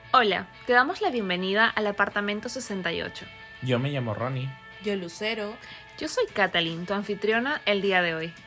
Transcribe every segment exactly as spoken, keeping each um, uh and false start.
Hola, te damos la bienvenida al apartamento sesenta y ocho. Yo me llamo Ronnie. Yo Lucero. Yo soy Catalin, tu anfitriona el día de hoy.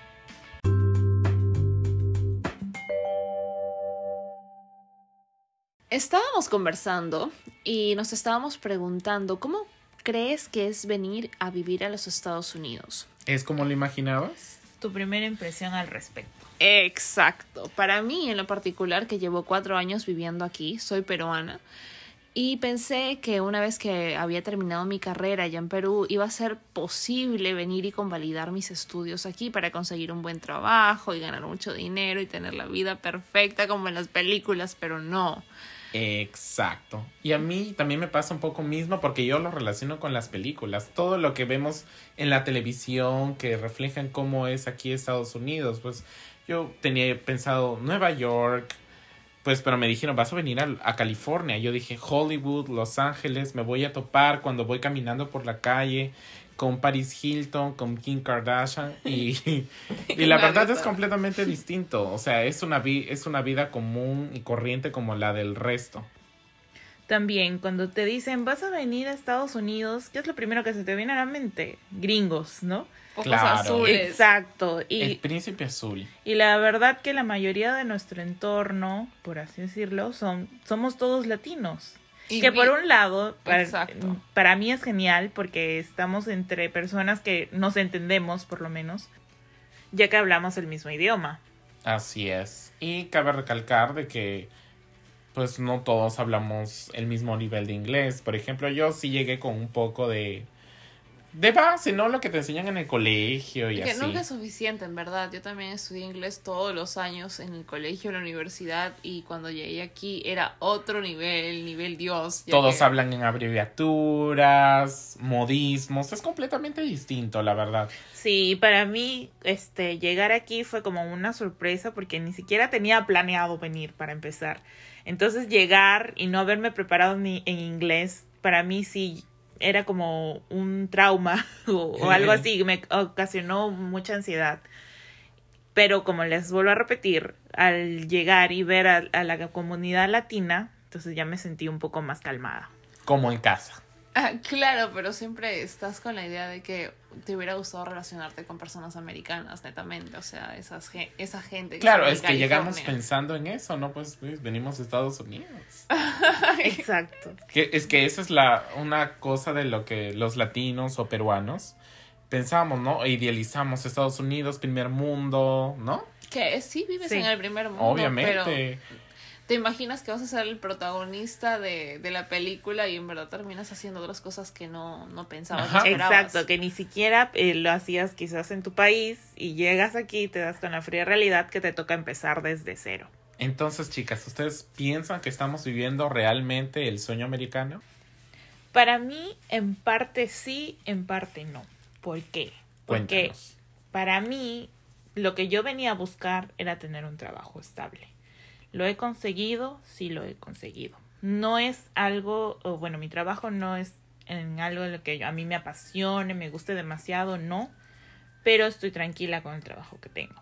Estábamos conversando y nos estábamos preguntando cómo crees que es venir a vivir a los Estados Unidos. ¿Es como lo imaginabas? Tu primera impresión al respecto. Exacto. Para mí, en lo particular, que llevo cuatro años viviendo aquí, soy peruana, y pensé que una vez que había terminado mi carrera allá en Perú, iba a ser posible venir y convalidar mis estudios aquí para conseguir un buen trabajo y ganar mucho dinero y tener la vida perfecta como en las películas, pero no. Exacto. Y a mí también me pasa un poco mismo porque yo lo relaciono con las películas. Todo lo que vemos en la televisión que reflejan cómo es aquí Estados Unidos. Pues yo tenía pensado Nueva York, pues pero me dijeron vas a venir a, a California. Yo dije Hollywood, Los Ángeles, me voy a topar cuando voy caminando por la calle con Paris Hilton, con Kim Kardashian y, y la verdad es completamente distinto. O sea, es una, vi- es una vida común y corriente como la del resto. También, cuando te dicen vas a venir a Estados Unidos, ¿qué es lo primero que se te viene a la mente? Gringos, ¿no? Ojos Claro. azules. Exacto. El Y, príncipe azul. y la verdad que la mayoría de nuestro entorno, por así decirlo, son somos todos latinos. Y que vi- por un lado, para, Exacto. para mí es genial porque estamos entre personas que nos entendemos, por lo menos, ya que hablamos el mismo idioma. Así es. Y cabe recalcar de que pues no todos hablamos el mismo nivel de inglés. Por ejemplo, yo sí llegué con un poco de de base, ¿no? Lo que te enseñan en el colegio y Que así. nunca es suficiente, en verdad. Yo también estudié inglés todos los años en el colegio, en la universidad, y cuando llegué aquí era otro nivel, nivel Dios. ya Todos que- hablan en abreviaturas, modismos. Es completamente distinto, la verdad. Sí, para mí, este, llegar aquí fue como una sorpresa porque ni siquiera tenía planeado venir para empezar. Entonces llegar y no haberme preparado ni en inglés, para mí sí era como un trauma o, o algo así, me ocasionó mucha ansiedad. Pero como les vuelvo a repetir, al llegar y ver a, a la comunidad latina, entonces ya me sentí un poco más calmada. Como en casa. Ah, claro, pero siempre estás con la idea de que te hubiera gustado relacionarte con personas americanas, netamente. O sea, esas, ge- esa gente que Claro, está en es que llegamos California. pensando en eso, ¿no? Pues, pues, venimos de Estados Unidos. Exacto. Que, es que esa es la una cosa de lo que los latinos o peruanos pensamos, ¿no? E idealizamos Estados Unidos, primer mundo, ¿no? Que sí vives Sí. en el primer mundo, Obviamente. pero te imaginas que vas a ser el protagonista de, de la película y en verdad terminas haciendo otras cosas que no, no pensabas, Ajá. no esperabas. Exacto, que ni siquiera eh, lo hacías quizás en tu país y llegas aquí y te das con la fría realidad que te toca empezar desde cero. Entonces, chicas, ¿ustedes piensan que estamos viviendo realmente el sueño americano? Para mí, en parte sí, en parte no. ¿Por qué? Porque Cuéntanos. para mí, lo que yo venía a buscar era tener un trabajo estable. ¿Lo he conseguido? Sí, lo he conseguido. No es algo, o bueno, mi trabajo no es en algo en lo que yo- a mí me apasione, me guste demasiado, no. Pero estoy tranquila con el trabajo que tengo.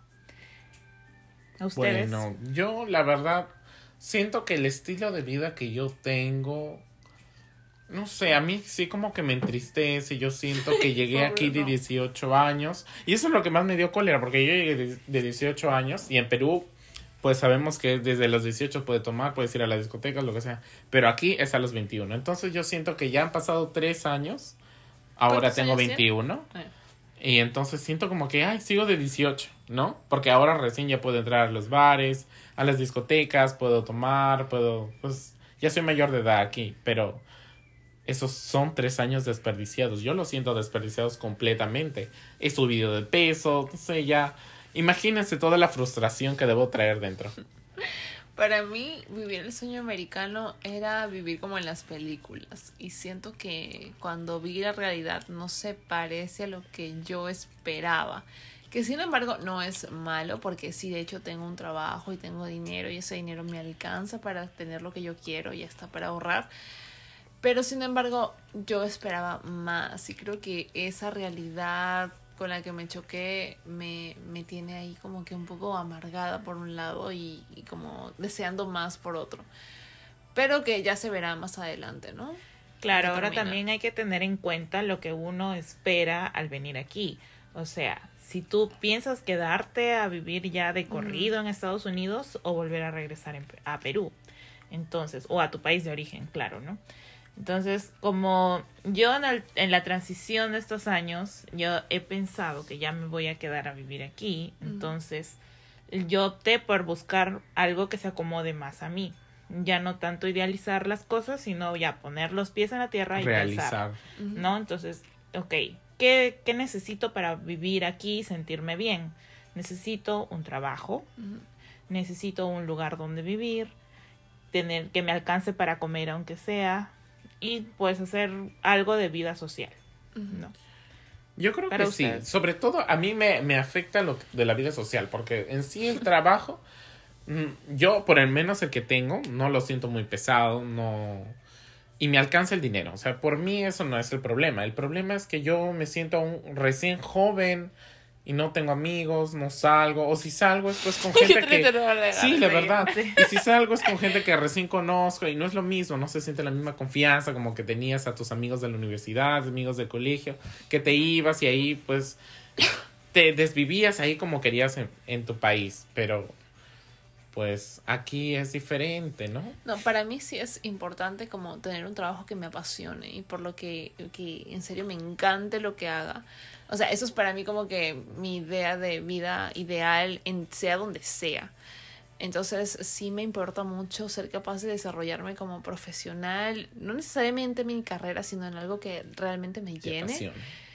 ¿A ustedes? Bueno, yo la verdad siento que el estilo de vida que yo tengo, no sé, a mí sí como que me entristece. Yo siento que llegué Pobre, aquí de no. dieciocho años y eso es lo que más me dio cólera porque yo llegué de, de dieciocho años y en Perú pues sabemos que desde los dieciocho puede tomar, puedes ir a la discoteca, lo que sea, pero aquí es a los veintiuno. Entonces yo siento que ya han pasado tres años, ahora ¿Cuántos tengo años tienes? veintiuno. Eh. Y entonces siento como que, ay, sigo de dieciocho, ¿no? Porque ahora recién ya puedo entrar a los bares, a las discotecas, puedo tomar, puedo, pues, ya soy mayor de edad aquí, pero esos son tres años desperdiciados. Yo los siento desperdiciados completamente. He subido de peso, no sé, ya. Imagínense toda la frustración que debo traer dentro. Para mí, vivir el sueño americano era vivir como en las películas. Y siento que cuando vi la realidad no se parece a lo que yo esperaba. Que sin embargo no es malo porque sí, de hecho tengo un trabajo y tengo dinero y ese dinero me alcanza para tener lo que yo quiero y hasta para ahorrar. Pero sin embargo yo esperaba más y creo que esa realidad con la que me choqué me, me tiene ahí como que un poco amargada por un lado y, y como deseando más por otro. pero que ya se verá más adelante, ¿no? Claro, Que ahora termina. también hay que tener en cuenta lo que uno espera al venir aquí. O sea, si tú piensas quedarte a vivir ya de corrido en Estados Unidos o volver a regresar en- a Perú. Entonces, o a tu país de origen, claro, ¿no? Entonces, como yo en, el- en la transición de estos años, yo he pensado que ya me voy a quedar a vivir aquí. Entonces, yo opté por buscar algo que se acomode más a mí. Ya no tanto idealizar las cosas, sino ya poner los pies en la tierra y pensar, Realizar. ¿no? Entonces, ok, ¿qué, qué necesito para vivir aquí y sentirme bien? Necesito un trabajo, Ujú. necesito un lugar donde vivir, tener que me alcance para comer aunque sea, y pues hacer algo de vida social, ¿no? Yo creo Para que sí. ustedes. Sobre todo a mí me, me afecta lo de la vida social, porque en sí el trabajo, mm, yo por el menos el que tengo, no lo siento muy pesado, no... Y me alcanza el dinero. O sea, por mí eso no es el problema. El problema es que yo me siento aún recién joven y no tengo amigos, no salgo. O si salgo es pues con Qué gente triste, que... no me da Sí, ganas la de ir. verdad. Y si salgo es con gente que recién conozco y no es lo mismo, no se siente la misma confianza como que tenías a tus amigos de la universidad, amigos del colegio, que te ibas y ahí pues te desvivías ahí como querías en, en tu país, pero pues aquí es diferente, ¿no? No, para mí sí es importante como tener un trabajo que me apasione y por lo que, que en serio me encante lo que haga. O sea, eso es para mí como que mi idea de vida ideal, en sea donde sea. Entonces sí me importa mucho ser capaz de desarrollarme como profesional, no necesariamente en mi carrera, sino en algo que realmente me Te llene. apasiona.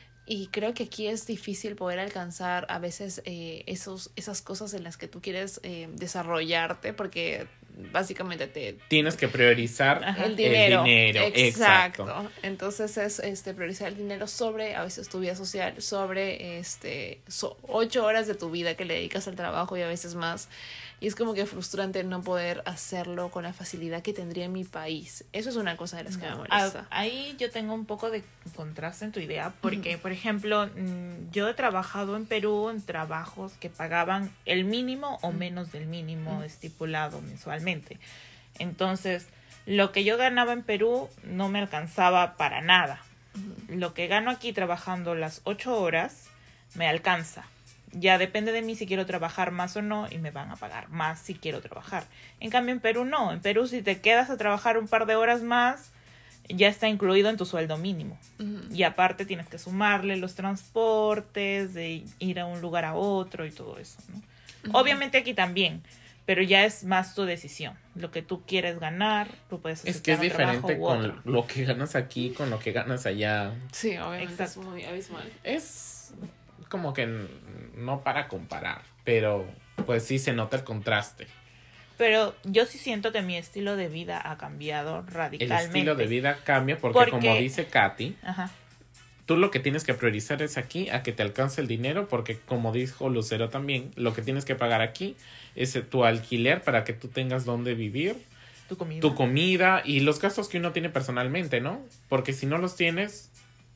Y creo que aquí es difícil poder alcanzar a veces eh, esos, esas cosas en las que tú quieres eh, desarrollarte porque básicamente te... Tienes que priorizar Ajá. El dinero. el dinero. Exacto. Exacto. Entonces es este priorizar el dinero sobre a veces tu vida social, sobre este so- ocho horas de tu vida que le dedicas al trabajo y a veces más. Y es como que frustrante no poder hacerlo con la facilidad que tendría en mi país. Eso es una cosa de las que me No, molesta. a- ahí yo tengo un poco de contraste en tu idea, porque, por ejemplo, mm, yo he trabajado en Perú en trabajos que pagaban el mínimo o menos del mínimo estipulado mensualmente. Entonces, lo que yo ganaba en Perú no me alcanzaba para nada. Lo que gano aquí trabajando las ocho horas me alcanza. Ya depende de mí si quiero trabajar más o no y me van a pagar más si quiero trabajar. En cambio en Perú no. En Perú si te quedas a trabajar un par de horas más ya está incluido en tu sueldo mínimo. Ujú. Y aparte tienes que sumarle los transportes, de ir a un lugar a otro y todo eso, ¿no? Ujú. Obviamente aquí también, pero ya es más tu decisión. Lo que tú quieres ganar, tú puedes Es que es aceptar un trabajo diferente u con otro. lo que ganas aquí, con lo que ganas allá. Sí, obviamente Exacto. es muy abismal. Es como que n- no para comparar, pero pues sí se nota el contraste. Pero yo sí siento que mi estilo de vida ha cambiado El radicalmente. estilo de vida cambia porque, Porque- como dice Katy, Ajá. tú lo que tienes que priorizar es aquí a que te alcance el dinero, porque como dijo Lucero también, lo que tienes que pagar aquí es eh, tu alquiler para que tú tengas donde vivir, Tu comida. tu comida y los gastos que uno tiene personalmente, ¿no? Porque si no los tienes,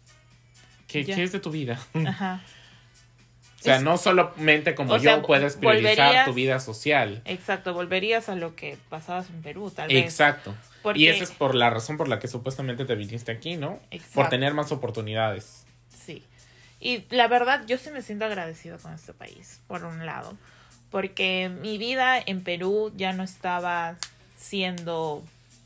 ¿qué, Ya. ¿qué es de tu vida? Ajá. O sea, Es- no solamente como o yo sea, puedes priorizar volverías- tu vida social. Exacto, volverías a lo que pasabas en Perú, tal vez. Exacto. Porque- Y esa es por la razón por la que supuestamente te viniste aquí, ¿no? Exacto. Por tener más oportunidades. Sí. Y la verdad, yo sí me siento agradecida con este país, por un lado. Porque mi vida en Perú ya no estaba siendo,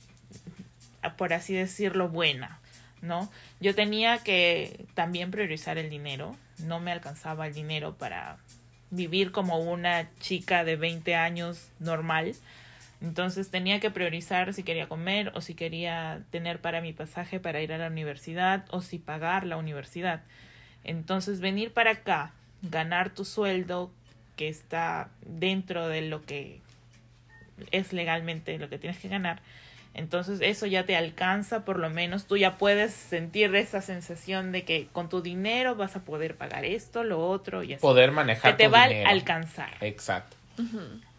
por así decirlo, buena, ¿no? Yo tenía que también priorizar el dinero. No me alcanzaba el dinero para vivir como una chica de veinte años normal. Entonces tenía que priorizar si quería comer o si quería tener para mi pasaje para ir a la universidad o si pagar la universidad. Entonces venir para acá, ganar tu sueldo que está dentro de lo que es legalmente lo que tienes que ganar. Entonces eso ya te alcanza, por lo menos tú ya puedes sentir esa sensación de que con tu dinero vas a poder pagar esto, lo otro y así. Poder Que manejar te tu va dinero. a alcanzar. Exacto. Ujú.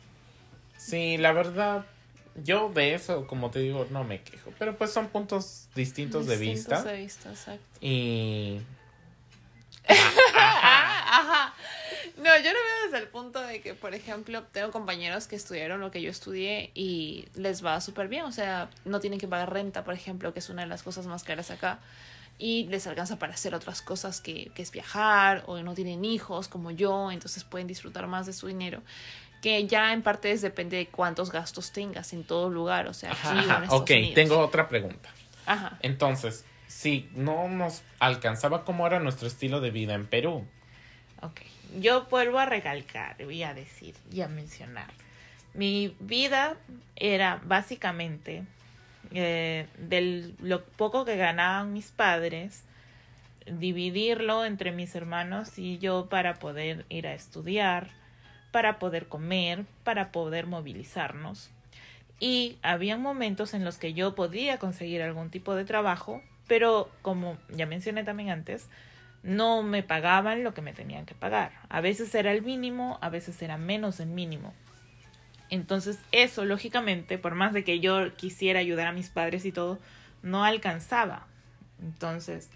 Sí, la verdad, yo de eso, como te digo, no me quejo. Pero pues son puntos distintos, de Distintos vista. de vista, exacto. Y... Ajá. No, yo lo veo desde el punto de que, por ejemplo, tengo compañeros que estudiaron lo que yo estudié y les va súper bien. O sea, no tienen que pagar renta, por ejemplo, que es una de las cosas más caras acá. Y les alcanza para hacer otras cosas que, que es viajar, o no tienen hijos como yo, entonces pueden disfrutar más de su dinero. Que ya en parte es, depende de cuántos gastos tengas en todo lugar, o sea, aquí Ajá, o en ajá. Estados Ok, Unidos. tengo otra pregunta. Ajá. Entonces, si no nos alcanzaba, ¿cómo era nuestro estilo de vida en Perú? Ok, yo vuelvo a recalcar, voy a decir y a mencionar. Mi vida era básicamente eh, de lo poco que ganaban mis padres, dividirlo entre mis hermanos y yo para poder ir a estudiar, para poder comer, para poder movilizarnos. Y había momentos en los que yo podía conseguir algún tipo de trabajo, pero como ya mencioné también antes, no me pagaban lo que me tenían que pagar. A veces era el mínimo, a veces era menos del mínimo. Entonces eso, lógicamente, por más de que yo quisiera ayudar a mis padres y todo, no alcanzaba. Entonces...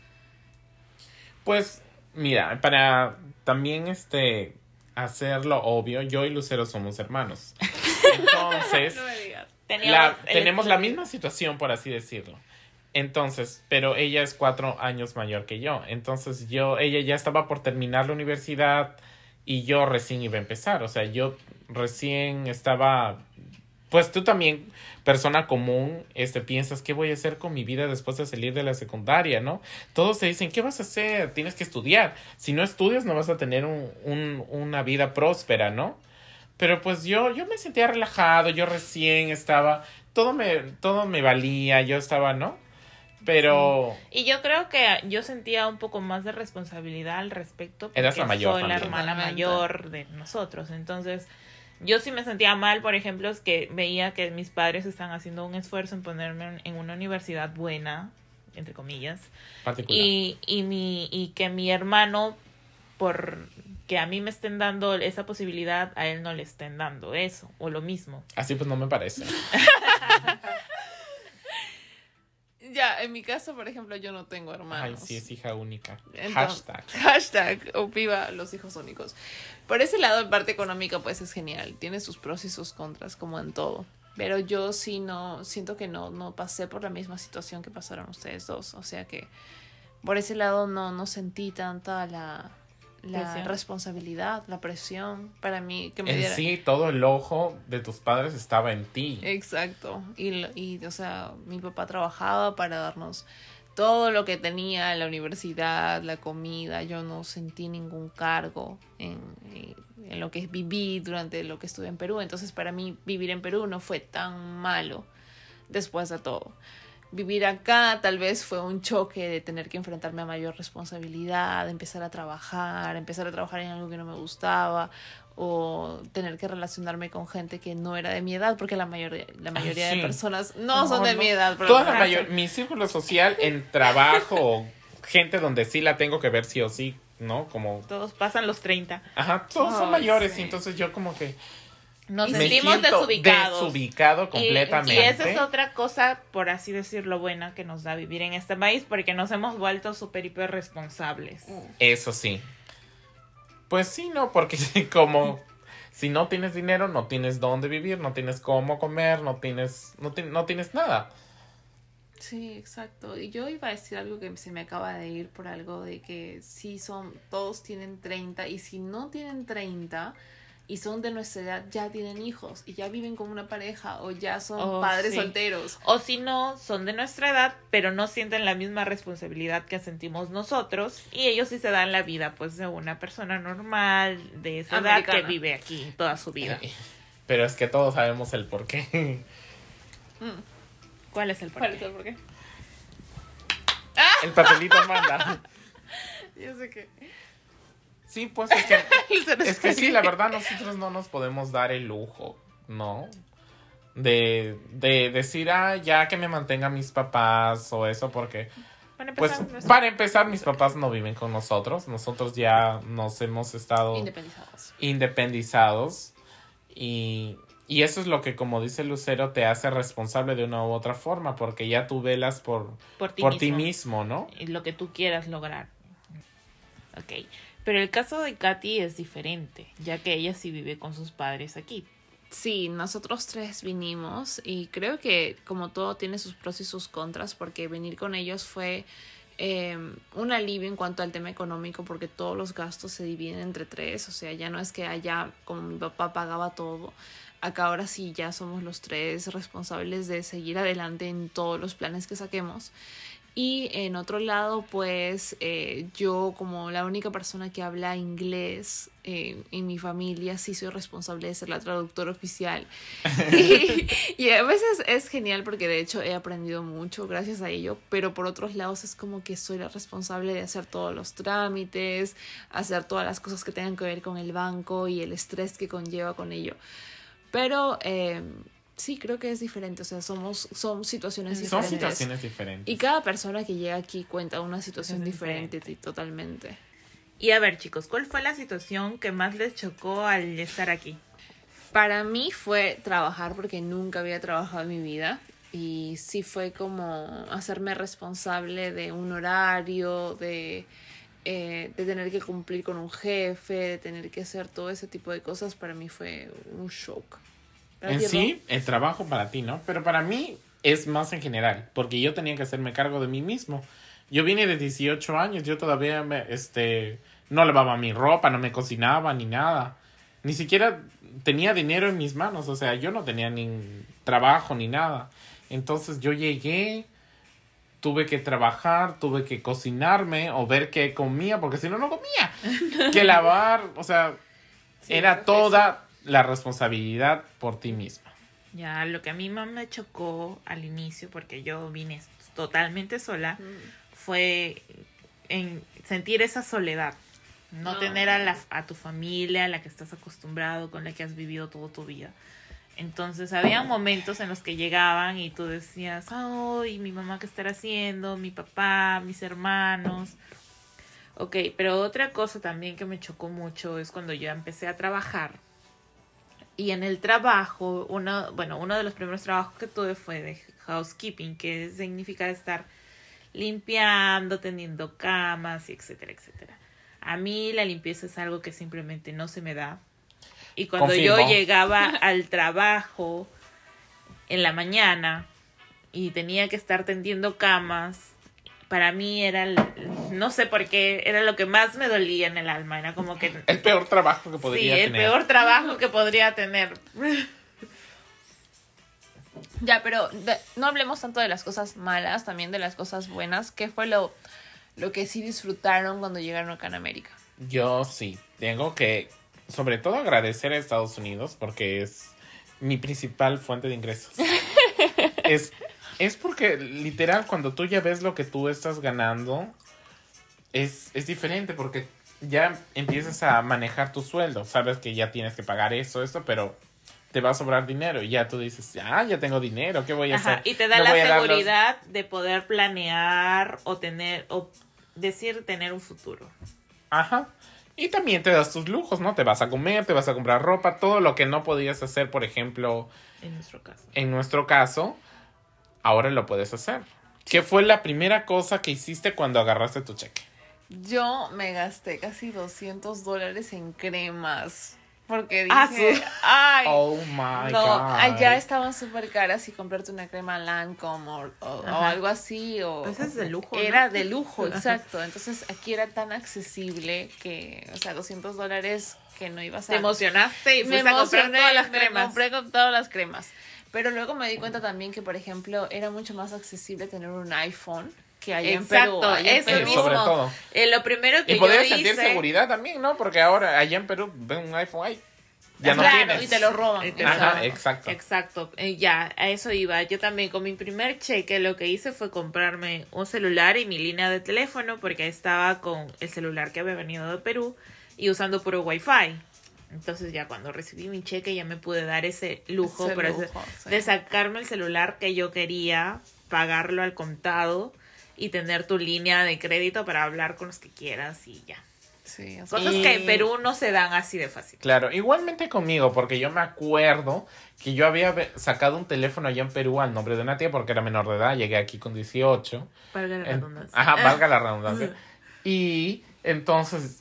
Pues, mira, para también este hacerlo obvio, yo y Lucero somos hermanos. Entonces, No me digas. teníamos la, el tenemos la estudio. misma situación, por así decirlo. Entonces, pero ella es cuatro años mayor que yo. Entonces, yo, ella ya estaba por terminar la universidad y yo recién iba a empezar. O sea, yo recién estaba... Pues tú también, persona común, este, piensas, ¿qué voy a hacer con mi vida después de salir de la secundaria, no? Todos te dicen, ¿qué vas a hacer? Tienes que estudiar. Si no estudias, no vas a tener un, un, una vida próspera, ¿no? Pero pues yo, yo me sentía relajado, yo recién estaba, todo me, todo me valía, yo estaba, ¿no? Pero... Y yo creo que yo sentía un poco más de responsabilidad al respecto. Eras la porque mayor soy la también. hermana Totalmente. mayor de nosotros. Entonces, yo sí me sentía mal, por ejemplo, es que veía que mis padres están haciendo un esfuerzo en ponerme en- en una universidad buena, entre comillas. particular. Y, y, mi, y que mi hermano, por que a mí me estén dando esa posibilidad, a él no le estén dando eso, o lo mismo. Así pues no me parece. Ya, en mi caso, por ejemplo, yo no tengo Ay, hermanos. sí, es hija única. Entonces, Hashtag. Hashtag o viva los hijos únicos. Por ese lado, en parte económica, pues es genial. Tiene sus pros y sus contras, como en todo. Pero yo sí no, siento que no, no pasé por la misma situación que pasaron ustedes dos. O sea que por ese lado no, no sentí tanta la, la Presión. responsabilidad, la presión para mí que me En diera. sí, todo el ojo de tus padres estaba en ti. Exacto. Y, lo- y, o sea, mi papá trabajaba para darnos todo lo que tenía, la universidad, la comida. Yo no sentí ningún cargo en, en, en lo que viví durante lo que estuve en Perú. Entonces, para mí, vivir en Perú no fue tan malo después de todo. Vivir acá tal vez fue un choque de tener que enfrentarme a mayor responsabilidad, de empezar a trabajar, empezar a trabajar en algo que no me gustaba, o tener que relacionarme con gente que no era de mi edad, porque la mayoría, la mayoría sí. de personas no, son de no. mi edad. Por Toda lo la menos. mayor, mi círculo social en trabajo, gente donde sí la tengo que ver sí o sí, ¿no? Como, Todos pasan los treinta. ajá, todos son Ay, mayores, sí. y entonces yo como que Nos me sentimos siento desubicados. desubicado Y, completamente. y esa es otra cosa, por así decirlo, buena que nos da vivir en este país, porque nos hemos vuelto súper hiper responsables. Eso sí. Pues sí, no, porque como si no tienes dinero, no tienes dónde vivir, no tienes cómo comer, no tienes, no, ti- no tienes nada. Sí, exacto. Y yo iba a decir algo que se me acaba de ir por algo de que sí son, todos tienen treinta y si no tienen treinta y son de nuestra edad, ya tienen hijos y ya viven con una pareja o ya son Oh, padres sí. solteros. O si no, son de nuestra edad, pero no sienten la misma responsabilidad que sentimos nosotros. Y ellos sí se dan la vida, pues, de una persona normal, de esa edad Americana. que vive aquí toda su vida. Eh, Pero es que todos sabemos el por qué. Mm. ¿Cuál es el ¿Cuál porqué? es el por qué? El papelito manda. Yo sé que... Sí, pues es que, es que sí, la verdad nosotros no nos podemos dar el lujo, ¿no? De, de decir, ah, ya que me mantengan mis papás o eso, porque, Para pues, empezar, nuestra- para empezar, mis papás no viven con nosotros. Nosotros ya nos hemos estado Independizados. independizados y, y eso es lo que, como dice Lucero, te hace responsable de una u otra forma, porque ya tú velas por, por ti por mismo. ti mismo, ¿no? Y lo que tú quieras lograr. Ok. Pero el caso de Katy es diferente, ya que ella sí vive con sus padres aquí. Sí, nosotros tres vinimos y creo que como todo tiene sus pros y sus contras, porque venir con ellos fue eh, un alivio en cuanto al tema económico, porque todos los gastos se dividen entre tres, o sea, ya no es que allá como mi papá pagaba todo, acá ahora sí ya somos los tres responsables de seguir adelante en todos los planes que saquemos. Y en otro lado, pues eh, yo como la única persona que habla inglés eh, en mi familia, sí soy responsable de ser la traductora oficial. y, y a veces es genial porque de hecho he aprendido mucho gracias a ello, pero por otros lados es como que soy la responsable de hacer todos los trámites, hacer todas las cosas que tengan que ver con el banco y el estrés que conlleva con ello. Pero... Eh, sí, creo que es diferente, o sea, somos son situaciones Son diferentes. Son situaciones diferentes. Y cada persona que llega aquí cuenta una situación Es diferente, diferente. totalmente. Y a ver, chicos, ¿cuál fue la situación que más les chocó al estar aquí? Para mí fue trabajar porque nunca había trabajado en mi vida y sí fue como hacerme responsable de un horario, de, eh, de tener que cumplir con un jefe, de tener que hacer todo ese tipo de cosas. Para mí fue un shock. En sí, el trabajo para ti, ¿no? Pero para mí es más en general, porque yo tenía que hacerme cargo de mí mismo. Yo vine de dieciocho años, yo todavía me, este, no lavaba mi ropa, no me cocinaba ni nada. Ni siquiera tenía dinero en mis manos, o sea, yo no tenía ni trabajo ni nada. Entonces yo llegué, tuve que trabajar, tuve que cocinarme o ver qué comía, porque si no, no comía. Que lavar, o sea, Sí, era toda... la responsabilidad por ti misma. Ya, lo que a mí más me chocó al inicio, porque yo vine totalmente sola, mm. fue en sentir esa soledad. No, no. tener a, la, a tu familia, a la que estás acostumbrado, con la que has vivido toda tu vida. Entonces, había momentos en los que llegaban y tú decías, ay, mi mamá, ¿qué estará haciendo? Mi papá, mis hermanos. Ok, pero otra cosa también que me chocó mucho es cuando yo empecé a trabajar. Y en el trabajo, uno, bueno, uno de los primeros trabajos que tuve fue de housekeeping, que significa estar limpiando, tendiendo camas, y etcétera, etcétera. A mí la limpieza es algo que simplemente no se me da. Y cuando Confirmo. yo llegaba al trabajo en la mañana y tenía que estar tendiendo camas, para mí era, no sé por qué, era lo que más me dolía en el alma. Era como que... El peor trabajo que podría sí, tener. el peor trabajo que podría tener. Ya, pero de, no hablemos tanto de las cosas malas, también de las cosas buenas. ¿Qué fue lo, lo que sí disfrutaron cuando llegaron acá en América? Yo sí, tengo que, sobre todo, agradecer a Estados Unidos porque es mi principal fuente de ingresos. es... Es porque, literal, cuando tú ya ves lo que tú estás ganando, es, es diferente porque ya empiezas a manejar tu sueldo. Sabes que ya tienes que pagar esto, esto, pero te va a sobrar dinero. Y ya tú dices, ah, ya tengo dinero, ¿qué voy a Ajá, hacer? y te da no la los... seguridad de poder planear o tener, o decir tener un futuro. Ajá. Y también te das tus lujos, ¿no? Te vas a comer, te vas a comprar ropa, todo lo que no podías hacer, por ejemplo... En nuestro caso. En nuestro caso... Ahora lo puedes hacer. ¿Qué fue la primera cosa que hiciste cuando agarraste tu cheque? Yo me gasté casi doscientos dólares en cremas. Porque dije, ah, ¿sí? ay, oh my no, God. allá estaban súper caras y comprarte una crema Lancome o, o, o algo así. O, pues es de lujo, Era ¿no? de lujo, exacto. Entonces aquí era tan accesible que, o sea, doscientos dólares que no ibas a... Te emocionaste y fuiste me a comprar emocioné, todas las me cremas. compré con todas las cremas. Pero luego me di cuenta también que, por ejemplo, era mucho más accesible tener un iPhone que allá en Perú. Exacto, Allá en eso Perú. mismo. Sobre todo. Eh, lo primero que y yo poder hice... sentir seguridad también, ¿no? Porque ahora allá en Perú ven un iPhone ahí. Ya claro, no tienes. y te lo roban. Y te Ajá, roban. exacto. Exacto, eh, ya, a eso iba. Yo también con mi primer cheque lo que hice fue comprarme un celular y mi línea de teléfono porque estaba con el celular que había venido de Perú y usando puro Wi-Fi. Entonces ya cuando recibí mi cheque ya me pude dar ese lujo, Ese pero lujo, ese- sí. de sacarme el celular que yo quería, pagarlo al contado y tener tu línea de crédito para hablar con los que quieras y ya. Sí, o sea, Cosas Y- que en Perú no se dan así de fácil. Claro, igualmente conmigo, porque yo me acuerdo que yo había ve- sacado un teléfono allá en Perú al nombre de una tía porque era menor de edad, llegué aquí con dieciocho. Valga la En- redundancia. Ajá, valga la redundancia. Y entonces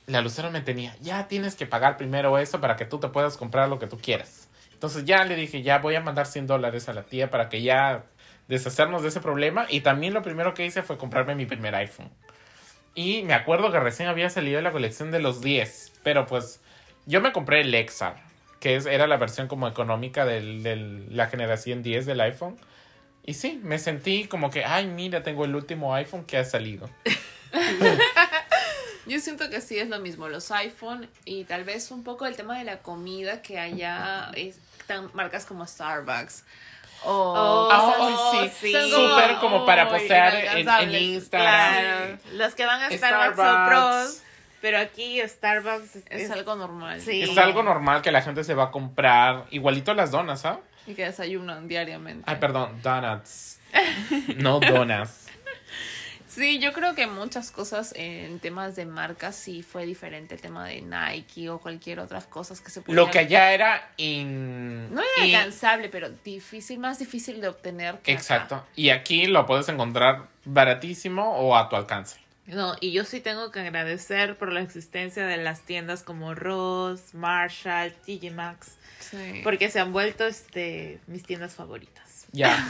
la Lucero me tenía, ya tienes que pagar primero eso para que tú te puedas comprar lo que tú quieras. Entonces ya le dije, ya voy a mandar cien dólares a la tía para que ya deshacernos de ese problema. Y también lo primero que hice fue comprarme mi primer iPhone. Y me acuerdo que recién había salido la colección de los diez. Pero pues yo me compré el X R, que es, era la versión como económica de la generación diez del iPhone. Y sí, me sentí como que, ay, mira, tengo el último iPhone que ha salido. Yo siento que sí es lo mismo, los iPhone y tal vez un poco el tema de la comida que allá están marcas como Starbucks. O Oh, Oh, son- sí, sí. son súper como para muy postear en, en inalcanzables. Instagram. Claro, los que van a Starbucks, son Starbucks. pros, pero aquí Starbucks es, es algo normal. Sí. Es algo normal que la gente se va a comprar. Igualito las donas, ¿ah? Y que desayunan diariamente. Ay, perdón, donuts. No donas. Sí, yo creo que muchas cosas en temas de marcas sí fue diferente. El tema de Nike o cualquier otras cosas que se Lo podían- que allá era in... No era in- alcanzable, pero difícil, más difícil de obtener que acá. Exacto. Y aquí lo puedes encontrar baratísimo o a tu alcance. No, y yo sí tengo que agradecer por la existencia de las tiendas como Ross, Marshall, T J Maxx, Sí. porque se han vuelto este mis tiendas favoritas. Ya.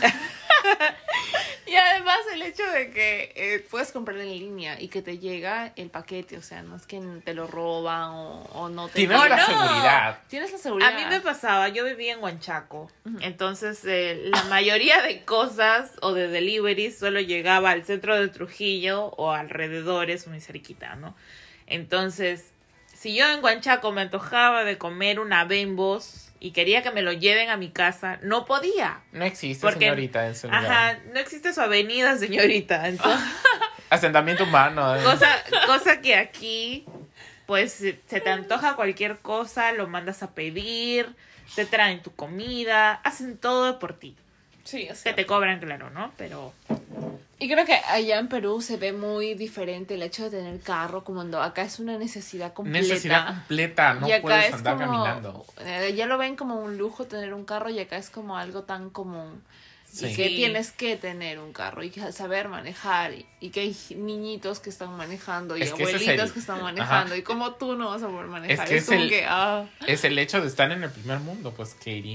Y además el hecho de que eh, puedes comprar en línea y que te llega el paquete, o sea, no es que te lo roban o, o no te... Tienes ¡Oh, la no! seguridad. Tienes la seguridad. A mí me pasaba, yo vivía en Huanchaco, entonces eh, la mayoría de cosas o de deliveries solo llegaba al centro de Trujillo o alrededores, muy cerquita, ¿no? Entonces, si yo en Huanchaco me antojaba de comer una Bembos y quería que me lo lleven a mi casa, no podía. No existe, Porque- señorita, en ese lugar. Ajá, no existe su avenida, señorita. Entonces, Asentamiento humano. ¿eh? cosa, cosa que aquí, pues, se se te antoja cualquier cosa, lo mandas a pedir, te traen tu comida, hacen todo por ti. Sí, o Que sea, te cobran, claro, ¿no? Pero y creo que allá en Perú se ve muy diferente el hecho de tener carro, como cuando acá es una necesidad completa. Necesidad completa, no y acá puedes es andar como, caminando. eh, ya lo ven como un lujo tener un carro y acá es como algo tan común. Sí. Y que Sí. tienes que tener un carro y que saber manejar y, y que hay niñitos que están manejando y Es que ese es abuelitos el- que están manejando Ajá. y como tú no vas a poder manejar. Es que es es como el- que, ah, Es el hecho de estar en el primer mundo, pues, Katie.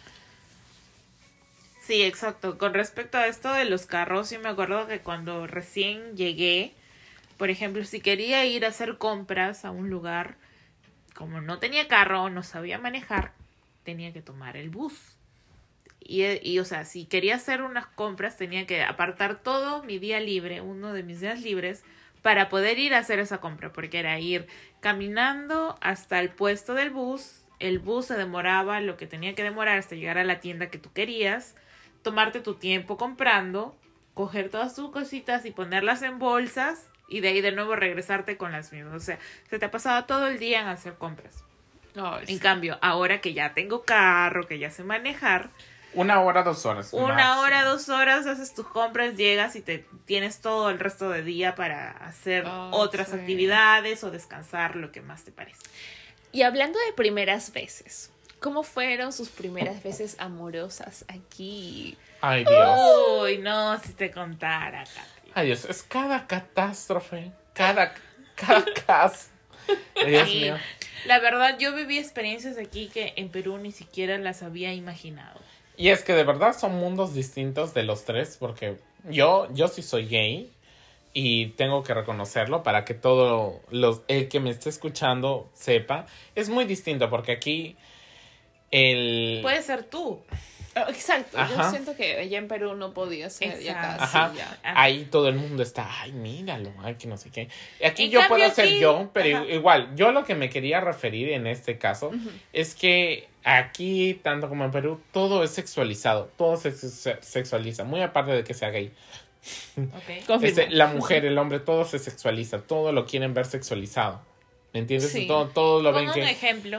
sí, exacto. Con respecto a esto de los carros, sí me acuerdo que cuando recién llegué, por ejemplo, si quería ir a hacer compras a un lugar, como no tenía carro, no sabía manejar, tenía que tomar el bus. Y, y, o sea, si quería hacer unas compras, tenía que apartar todo mi día libre, uno de mis días libres, para poder ir a hacer esa compra, porque era ir caminando hasta el puesto del bus, el bus se demoraba lo que tenía que demorar hasta llegar a la tienda que tú querías, tomarte tu tiempo comprando, coger todas tus cositas y ponerlas en bolsas, y de ahí de nuevo regresarte con las mismas. O sea, se te pasaba todo el día en hacer compras. ay, En sí. cambio, ahora que ya tengo carro, que ya sé manejar, Una hora, dos horas. una máximo. hora, dos horas haces tus compras, llegas y te tienes todo el resto del día para hacer Ay, otras sí. actividades o descansar, lo que más te parece. Y hablando de primeras veces, ¿cómo fueron sus primeras veces amorosas aquí? Ay, Dios. Uy, no, si te contara, Katy. Ay, Dios. Es cada catástrofe. Cada, cada caso. Dios Sí. mío. La verdad, yo viví experiencias aquí que en Perú ni siquiera las había imaginado. Y es que de verdad son mundos distintos de los tres, porque yo, yo sí soy gay y tengo que reconocerlo para que todo los, el que me esté escuchando sepa. Es muy distinto porque aquí el... Puede ser tú. Oh, exacto, yo Ajá. siento que allá en Perú no podía ser y acá Exacto. sí, Ajá. ya. Ahí todo el mundo está, ay, míralo, ay, que no sé qué. Aquí En yo cambio, puedo ser aquí- yo, pero ajá. igual, yo lo que me quería referir en este caso es que aquí, tanto como en Perú, todo es sexualizado, todo se se- sexualiza, muy aparte de que sea gay. Ok. Confirmo. Este, la mujer, el hombre, todo se sexualiza, todo lo quieren ver sexualizado. ¿Me entiendes? Sí. Todo, todo lo Pon ven un que... ejemplo.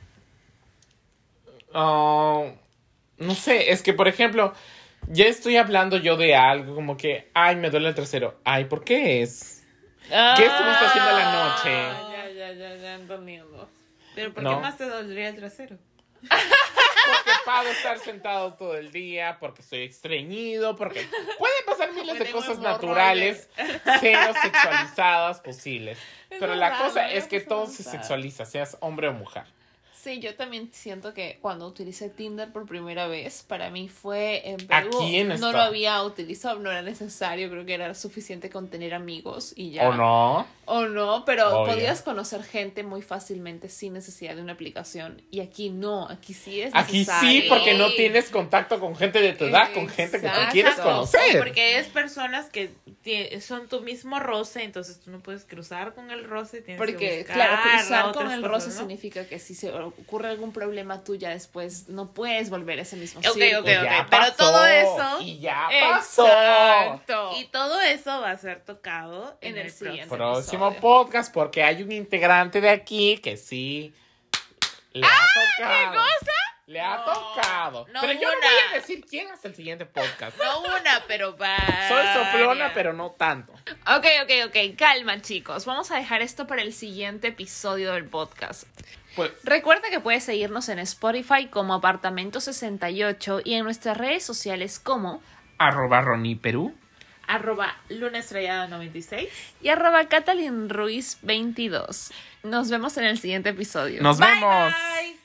Ah, no sé, es que por ejemplo, ya estoy hablando yo de algo como que, ay, me duele el trasero. Ay, ¿por qué es? ¿Qué estuviste haciendo la noche? Ah, Ya, ya, ya, ya, entendiendo. Pero ¿por No. qué más te dolería el trasero? Porque ocupado estar sentado todo el día, porque estoy estreñido, porque pueden pasar miles Porque de tengo cosas hemorroides. naturales, cero sexualizadas posibles. Es Pero la verdad, cosa no es que me todo pasa se nada. sexualiza, seas hombre o mujer. Sí, yo también siento que cuando utilicé Tinder por primera vez, para mí fue en Perú. ¿A quién no está? lo había utilizado, no era necesario, creo que era suficiente con tener amigos y ya. ¿O no? O no, pero Obvio. podías conocer gente muy fácilmente sin necesidad de una aplicación. Y aquí no, aquí sí es Aquí necesario. sí, porque no tienes contacto con gente de tu edad, con gente que tú Exacto. quieres Exacto, conocer. Porque es personas que tie- son tu mismo roce, entonces tú no puedes cruzar con el roce. Tienes Porque, que buscar claro, cruzar otras con el cosas, roce ¿no? significa que si se ocurre algún problema tuya después, no puedes volver a ese mismo Ok, círculo. ok, Y ok. ya pero pasó, todo eso- Y ya pasó. Exacto. Y todo eso va a ser tocado en, En el, el siguiente próximo. Próximo episodio. podcast, porque hay un integrante de aquí que sí le ha tocado. ¿qué cosa? Le ha No, tocado. no pero yo no una. voy a decir quién hasta el siguiente podcast. No una, pero varias. Soy soplona, pero no tanto. Ok, ok, ok, calma chicos, vamos a dejar esto para el siguiente episodio del podcast. Pues, Recuerda que puedes seguirnos en Spotify como Apartamento sesenta y ocho y en nuestras redes sociales como arroba Ronnie Perú. Arroba Luna Estrellada noventa y seis. y arroba Catalin Ruiz veintidós. Nos vemos en el siguiente episodio. Nos Bye, vemos. bye.